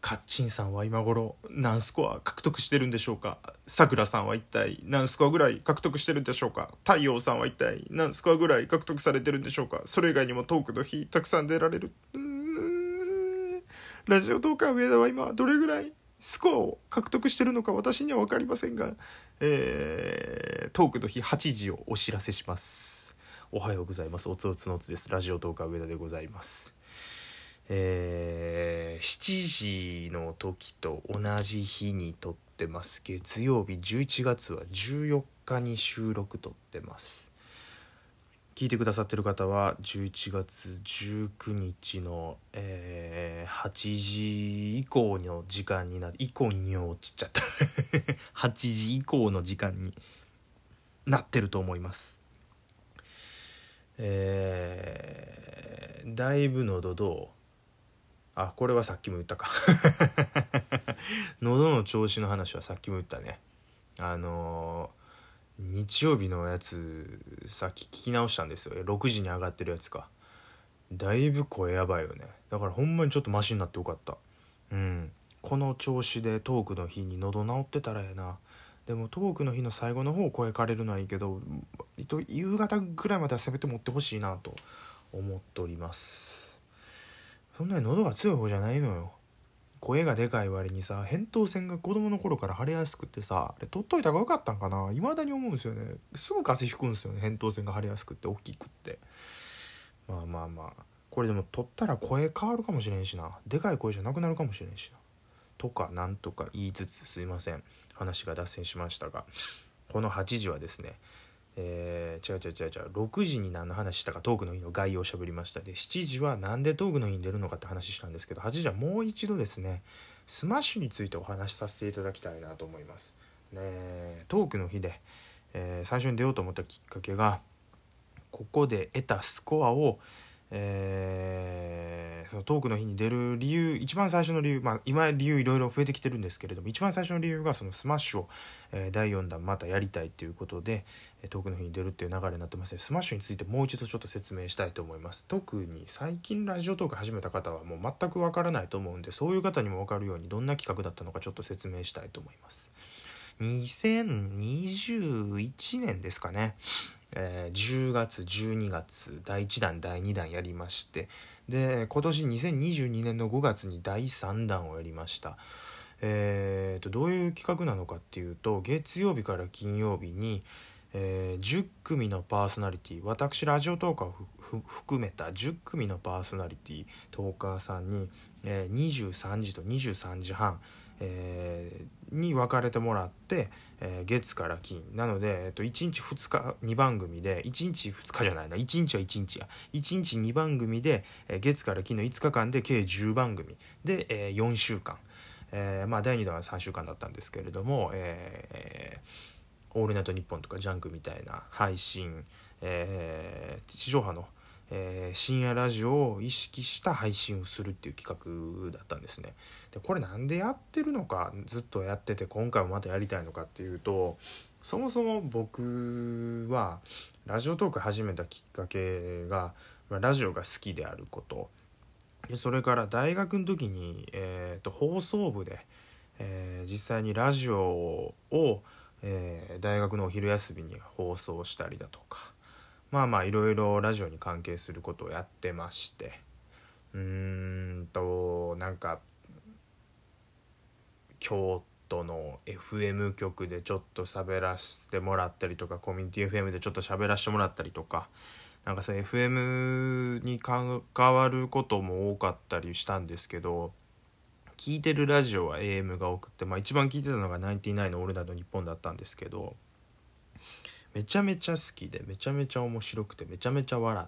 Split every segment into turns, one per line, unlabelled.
カッチンさんは今頃何スコア獲得してるんでしょうか。さくらさんは一体何スコアぐらい獲得してるんでしょうか。太陽さんは一体何スコアぐらい獲得されてるんでしょうか。それ以外にもトークの日たくさん出られる。ラジオトーカー上田は今どれぐらいスコアを獲得してるのか私には分かりませんが、トークの日8時をお知らせします。おはようございます。おつおつのつです。ラジオトーカー上田でございます。7時の時と同じ日に撮ってます。月曜日11月は14日に収録撮ってます。聞いてくださってる方は11月19日の、8時以降の時間になって、以降に落ちちゃった8時以降の時間になってると思います。だいぶ喉どう？これはさっきも言ったか喉の調子の話はさっきも言ったね。日曜日のやつさっき聞き直したんですよ。6時に上がってるやつか。だいぶ声やばいよね。だからほんまにちょっとマシになってよかった。この調子でトークの日に喉治ってたらええな。でもトークの日の最後の方声枯れるのはいいけど、夕方ぐらいまではせめて持ってほしいなと思っております。そんなに喉が強い方じゃないのよ。声がでかい割にさ、扁桃腺が子供の頃から腫れやすくってさ、あれ取っといた方がよかったんかな。未だに思うんですよね。すぐ風邪ひくんですよね。扁桃腺が腫れやすくって大きくって。まあこれでも取ったら声変わるかもしれんしな。でかい声じゃなくなるかもしれんしな。とかなんとか言いつつ、すいません、話が脱線しましたが、この8時はですね、6時に何の話したか、トークの日の概要をしゃべりました。で7時はなんでトークの日に出るのかって話したんですけど、8時はもう一度ですね、スマッシュについてお話しさせていただきたいなと思いますね。トークの日で、最初に出ようと思ったきっかけが、ここで得たスコアを、そのトークの日に出る理由、一番最初の理由、今理由いろいろ増えてきてるんですけれども、一番最初の理由がそのスマッシュを、第4弾またやりたいということでトークの日に出るっていう流れになってますね。スマッシュについてもう一度ちょっと説明したいと思います。特に最近ラジオトーク始めた方はもう全くわからないと思うんで、そういう方にもわかるようにどんな企画だったのかちょっと説明したいと思います。2021年ですかね、10月12月第1弾第2弾やりまして、で今年2022年の5月に第3弾をやりました。どういう企画なのかっていうと、月曜日から金曜日に、10組のパーソナリティ、私ラジオトーカーを含めた10組のパーソナリティトーカーさんに、23時と23時半、に分かれてもらって、月から金なので、1日2日2番組で、1日2日じゃないな、1日は1日や1日2番組で、月から金の5日間で計10番組で、4週間、第2弾は3週間だったんですけれども、オールナイトニッポンとかジャンクみたいな配信、地上波の、深夜ラジオを意識した配信をするっていう企画だったんですね。でこれなんでやってるのか、ずっとやってて今回もまたやりたいのかっていうと、そもそも僕はラジオトーク始めたきっかけが、ラジオが好きであることで、それから大学の時に、放送部で、実際にラジオを、大学のお昼休みに放送したりだとか、いろいろラジオに関係することをやってまして、なんか京都の FM 局でちょっと喋らせてもらったりとか、コミュニティ FM でちょっと喋らせてもらったりとか、なんかそう FM に関わることも多かったりしたんですけど、聞いてるラジオは AM が多くて、一番聞いてたのがナインティナインのオールナイトニッポンだったんですけど、めちゃめちゃ好きで、めちゃめちゃ面白くて、めちゃめちゃ笑って、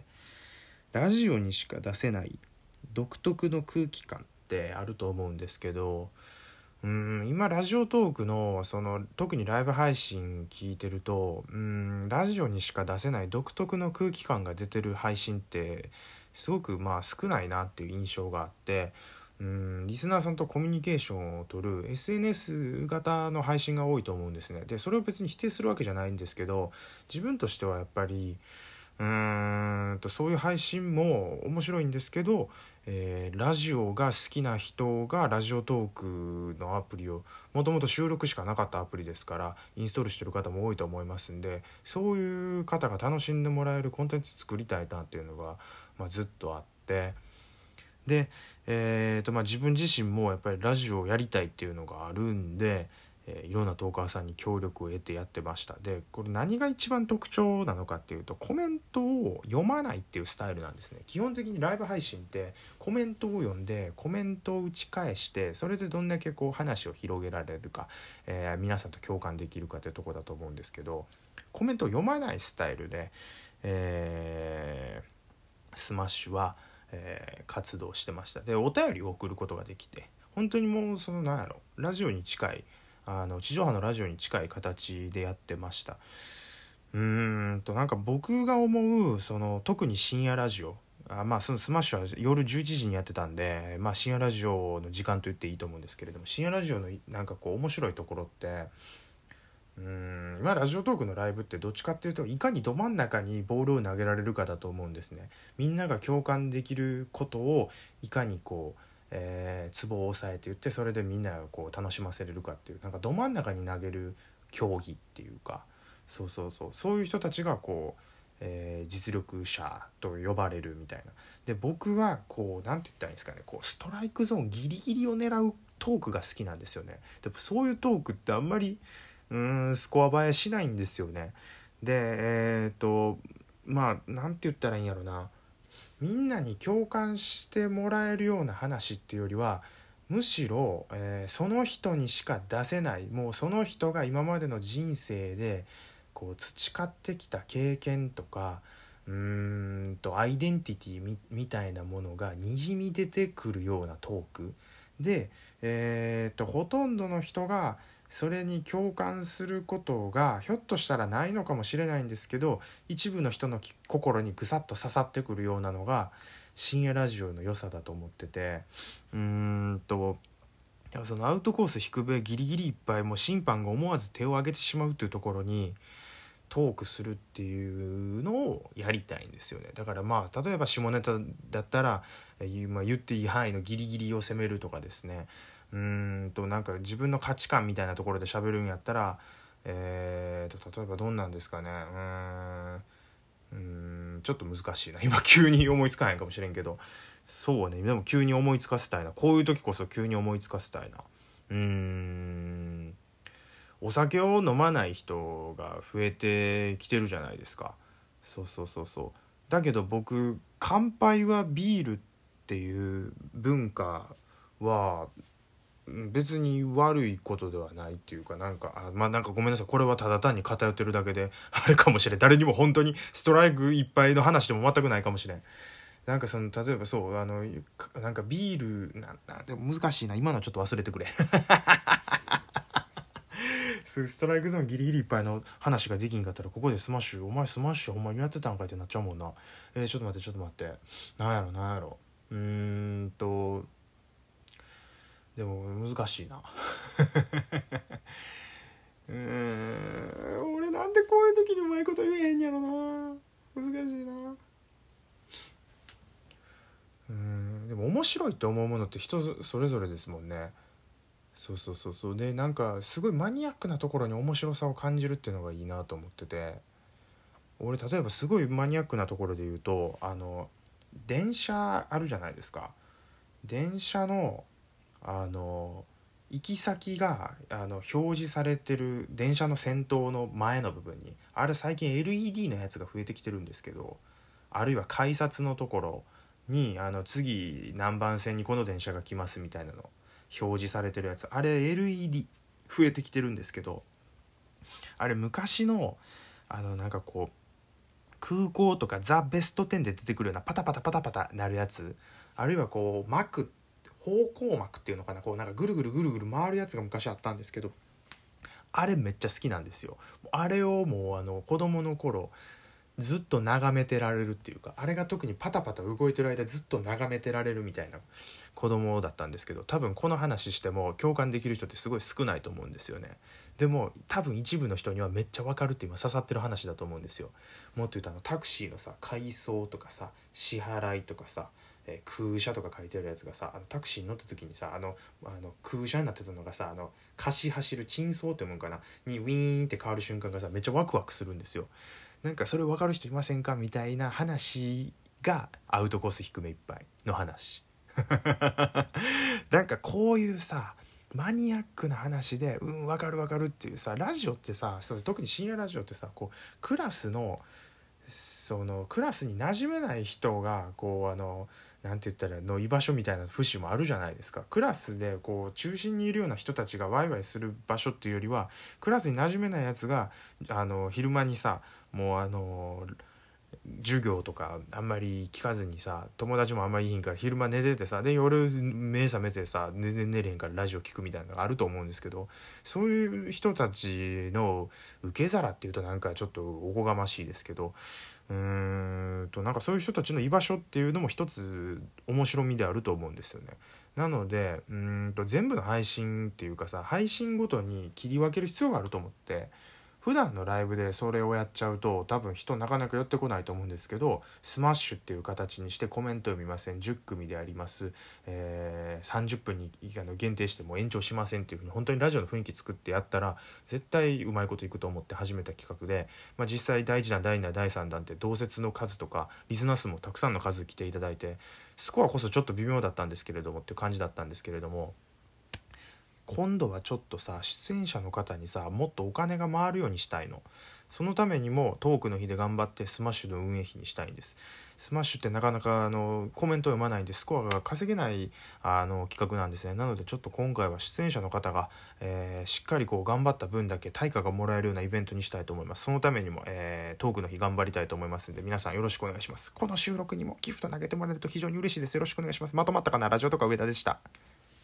ラジオにしか出せない独特の空気感ってあると思うんですけど、今ラジオトークの特にライブ配信聞いてると、ラジオにしか出せない独特の空気感が出てる配信ってすごく少ないなっていう印象があって、リスナーさんとコミュニケーションを取る SNS 型の配信が多いと思うんですね。でそれを別に否定するわけじゃないんですけど、自分としてはやっぱりそういう配信も面白いんですけど、 ラジオが好きな人がラジオトークのアプリをもともと収録しかなかったアプリですからインストールしてる方も多いと思いますんで、そういう方が楽しんでもらえるコンテンツ作りたいなっていうのが、ずっとあって、で、自分自身もやっぱりラジオをやりたいっていうのがあるんで、いろんなトーカーさんに協力を得てやってました。でこれ何が一番特徴なのかっていうと、コメントを読まないっていうスタイルなんですね。基本的にライブ配信ってコメントを読んでコメントを打ち返して、それでどんだけこう話を広げられるか、皆さんと共感できるかというところだと思うんですけど、コメントを読まないスタイルで、スマッシュは、活動してました。でお便りを送ることができて、本当にもうそのラジオに近い地上波のラジオに近い形でやってました。なんか僕が思う特に深夜ラジオ、そのスマッシュは夜11時にやってたんで、深夜ラジオの時間と言っていいと思うんですけれども、深夜ラジオのなんかこう面白いところって、今ラジオトークのライブってどっちかっていうといかにど真ん中にボールを投げられるかだと思うんですね。みんなが共感できることをいかにこうツボを押さえて言って、それでみんなをこう楽しませれるかっていう、なんかど真ん中に投げる競技っていうか、そういう人たちがこう、実力者と呼ばれるみたいな。で僕はこうなんて言ったらいいんですかね、こうストライクゾーンギリギリを狙うトークが好きなんですよね。でもそういうトークってあんまりスコア映えしないんですよね。でなんて言ったらいいんやろな、みんなに共感してもらえるような話っていうよりは、むしろ、その人にしか出せない、もうその人が今までの人生でこう培ってきた経験とかアイデンティティ みたいなものがにじみ出てくるようなトークで、ほとんどの人がそれに共感することがひょっとしたらないのかもしれないんですけど、一部の人の心にぐさっと刺さってくるようなのが深夜ラジオの良さだと思ってて、そのアウトコース低めギリギリいっぱい、もう審判が思わず手を挙げてしまうというところにトークするっていうのをやりたいんですよね。だから例えば下ネタだったら、言っていい範囲のギリギリを攻めるとかですね、なんか自分の価値観みたいなところで喋るんやったら、例えばどんなんですかね、ちょっと難しいな今急に思いつかへんかもしれんけど、そうね、でも急に思いつかせたいな、こういう時こそ急に思いつかせたいな。お酒を飲まない人が増えてきてるじゃないですか。そうだけど僕、乾杯はビールっていう文化は別に悪いことではないっていうか、なんかなんかごめんなさい、これはただ単に偏ってるだけであれかもしれん、誰にも本当にストライクいっぱいの話でも全くないかもしれん。なんか例えばなんかビールでも難しいな、今のはちょっと忘れてくれストライクゾーンギリギリいっぱいの話ができんかったら、ここでスマッシュ、お前スマッシュほんまにやってたんかいってなっちゃうもんな。ちょっと待ってなんやろでも難しいな俺なんでこういう時にうまいこと言えへんやろな、難しいな。でも面白いって思うものって人それぞれですもんね。そうで、なんかすごいマニアックなところに面白さを感じるっていうのがいいなと思ってて、俺例えばすごいマニアックなところで言うと、電車あるじゃないですか。電車の行き先が表示されてる電車の先頭の前の部分に、あれ最近 LED のやつが増えてきてるんですけど、あるいは改札のところに次何番線にこの電車が来ますみたいなの表示されてるやつ、あれ LED 増えてきてるんですけど、あれ昔のなんかこう空港とかザ・ベスト10で出てくるようなパタパタパタパタなるやつ、あるいはこう幕、方向幕っていうのかな、こうなんかぐるぐるぐるぐる回るやつが昔あったんですけど、あれめっちゃ好きなんですよ。あれをもう子供の頃ずっと眺めてられるっていうか、あれが特にパタパタ動いてる間ずっと眺めてられるみたいな子供だったんですけど、多分この話しても共感できる人ってすごい少ないと思うんですよね。でも多分一部の人にはめっちゃわかるって今刺さってる話だと思うんですよ。もっと言うとタクシーのさ、回送とかさ、支払いとかさ、 空車とか書いてあるやつがさ、タクシーに乗った時にさ、空車になってたのがさ、貸し走る珍走っていうもんかなにウィーンって変わる瞬間がさ、めっちゃワクワクするんですよ。なんかそれ分かる人いませんかみたいな話がアウトコース低めいっぱいの話なんかこういうさマニアックな話で分かる分かるっていうさ、ラジオってさ、特に深夜ラジオってさ、こうクラスに馴染めない人がこうなんて言ったらの居場所みたいな節もあるじゃないですか。クラスでこう中心にいるような人たちがワイワイする場所っていうよりは、クラスに馴染めないやつが昼間にさ、もう授業とかあんまり聞かずにさ、友達もあんまりいいんから昼間寝ててさ、で夜目覚めてさ全然寝れへんからラジオ聞くみたいなのがあると思うんですけど、そういう人たちの受け皿っていうとなんかちょっとおこがましいですけど、なんかそういう人たちの居場所っていうのも一つ面白みであると思うんですよね。なので全部の配信っていうかさ、配信ごとに切り分ける必要があると思って、普段のライブでそれをやっちゃうと多分人なかなか寄ってこないと思うんですけど、スマッシュっていう形にしてコメント読みません、10組であります、30分に限定しても延長しませんっていう風に本当にラジオの雰囲気作ってやったら絶対うまいこといくと思って始めた企画で、実際第1弾第2弾第3弾って同説の数とかリスナー数もたくさんの数来ていただいて、スコアこそちょっと微妙だったんですけれどもっていう感じだったんですけれども、今度はちょっとさ出演者の方にさもっとお金が回るようにしたいの。そのためにもトークの日で頑張ってスマッシュの運営費にしたいんです。スマッシュってなかなかコメント読まないんでスコアが稼げない企画なんですね。なのでちょっと今回は出演者の方が、しっかりこう頑張った分だけ対価がもらえるようなイベントにしたいと思います。そのためにも、トークの日頑張りたいと思いますので皆さんよろしくお願いします。この収録にもギフト投げてもらえると非常に嬉しいです。よろしくお願いします。まとまったかな。ラジオとか上田でした。